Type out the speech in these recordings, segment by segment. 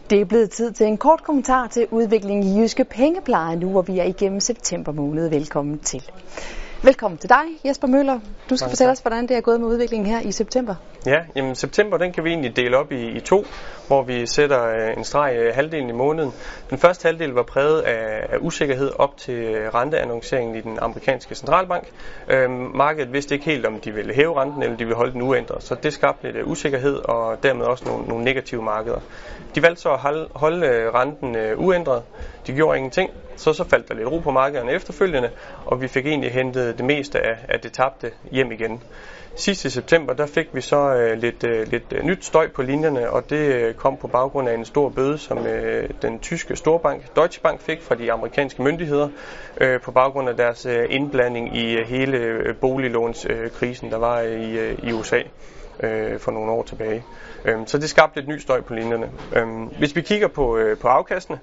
Det er blevet tid til en kort kommentar til udviklingen i Jyske Pengepleje nu, hvor vi er igennem september måned. Velkommen til. Velkommen til dig, Jesper Møller. Du skal fortælle os, hvordan det er gået med udviklingen her i september. Ja, jamen september den kan vi egentlig dele op i to, hvor vi sætter en streg halvdelen i måneden. Den første halvdel var præget af usikkerhed op til renteannonceringen i den amerikanske centralbank. Markedet vidste ikke helt, om de ville hæve renten, eller de ville holde den uændret, så det skabte lidt usikkerhed og dermed også nogle negative markeder. De valgte så at holde renten uændret. De gjorde ingenting, så faldt der lidt ro på markederne efterfølgende, og vi fik egentlig hentet det meste af det tabte hjem igen. Sidst i september, der fik vi så lidt nyt støj på linjerne, og det kom på baggrund af en stor bøde, som den tyske storbank Deutsche Bank fik fra de amerikanske myndigheder, på baggrund af deres indblanding i hele boliglånskrisen, der var i USA for nogle år tilbage. Så det skabte lidt ny støj på linjerne. Hvis vi kigger på afkastene,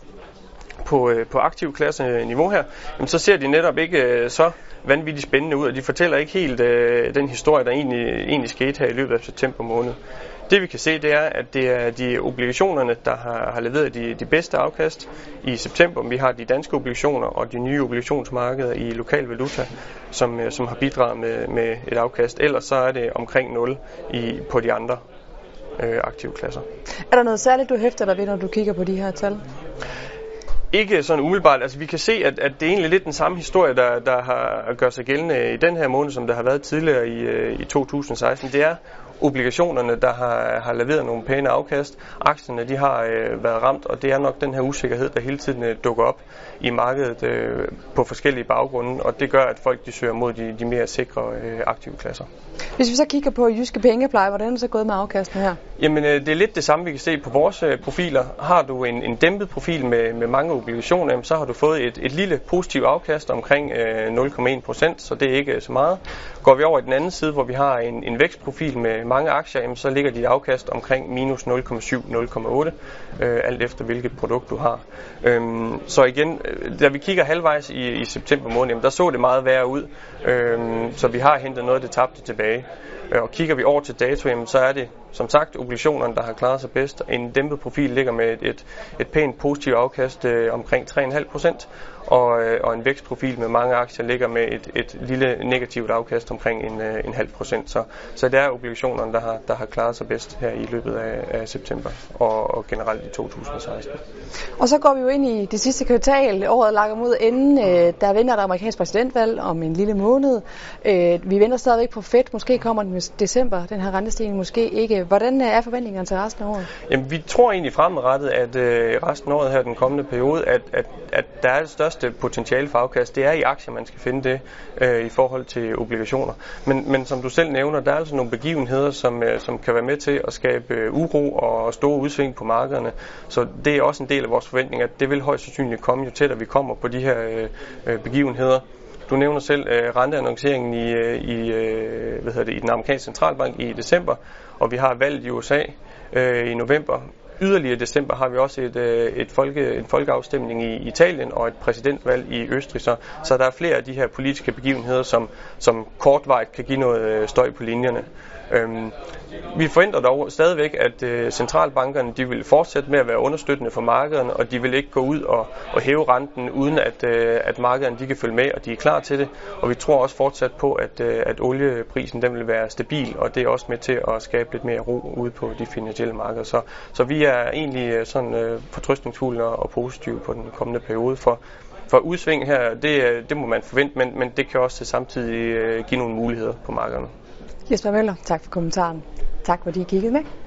på aktivklasse-niveau her, så ser de netop ikke så vanvittigt spændende ud, og de fortæller ikke helt den historie, der egentlig skete her i løbet af september måned. Det vi kan se, det er, at det er de obligationerne, der har leveret de bedste afkast i september. Vi har de danske obligationer og de nye obligationsmarkeder i lokal valuta, som har bidraget med et afkast. Ellers så er det omkring 0 på de andre aktive klasser. Er der noget særligt, du hæfter dig ved, når du kigger på de her tal? Ikke sådan umiddelbart. Altså vi kan se, at det er egentlig lidt den samme historie, der har gjort sig gældende i den her måned, som der har været tidligere i 2016. Det er obligationerne, der har leveret nogle pæne afkast. Aktierne, de har været ramt, og det er nok den her usikkerhed, der hele tiden dukker op i markedet på forskellige baggrunde, og det gør, at folk de søger mod de mere sikre aktive klasser. Hvis vi så kigger på Jyske Pengepleje, hvordan er det så gået med afkasten her? Jamen, det er lidt det samme, vi kan se på vores profiler. Har du en dæmpet profil med mange obligationer, så har du fået et lille positivt afkast omkring 0,1%, så det er ikke så meget. Går vi over i den anden side, hvor vi har en vækstprofil med mange aktier, så ligger dit afkast omkring minus 0,7-0,8, alt efter hvilket produkt du har. Så igen, da vi kigger halvvejs i september måned, der så det meget værre ud, så vi har hentet noget af det tabte tilbage. Og kigger vi over til dato, så er det som sagt obligationerne, der har klaret sig bedst. En dæmpet profil ligger med et pænt positivt afkast omkring 3,5%, og en vækstprofil med mange aktier ligger med et lille negativt afkast omkring 0,5%. Så det er obligationerne, der har klaret sig bedst her i løbet af september og generelt i 2016. Og så går vi jo ind i det sidste kvartal. Året lakker mod enden. Der venter et amerikansk præsidentvalg om en lille måned. Vi venter stadigvæk på Fed. Måske kommer den i december, den her rentestigning, måske ikke. Hvordan er forventningerne til resten af året? Jamen, vi tror egentlig fremadrettet, at resten af året her, den kommende periode, at der er det største potentiale for afkast. Det er i aktier, man skal finde det i forhold til obligationer. Men som du selv nævner, der er altså nogle begivenheder, som kan være med til at skabe uro og store udsving på markederne. Så det er også en del af vores forventning, at det vil højst sandsynligt komme, jo tættere vi kommer på de her begivenheder. Du nævner selv renteannonceringen i den amerikanske centralbank i december, og vi har valget i USA i november. Yderligere i december har vi også en folkeafstemning i Italien og et præsidentvalg i Østrig, så der er flere af de her politiske begivenheder, som kortvarigt kan give noget støj på linjerne. Vi forventer dog stadigvæk, at centralbankerne de vil fortsætte med at være understøttende for markederne, og de vil ikke gå ud og hæve renten, uden at markederne de kan følge med, og de er klar til det. Og vi tror også fortsat på, at olieprisen den vil være stabil, og det er også med til at skabe lidt mere ro ude på de finansielle markeder. Så vi er egentlig sådan fortrøstningsfulde og positive på den kommende periode. For udsving her, det må man forvente, men det kan også samtidig give nogle muligheder på markederne. Jesper Møller, tak for kommentaren. Tak fordi I kiggede med.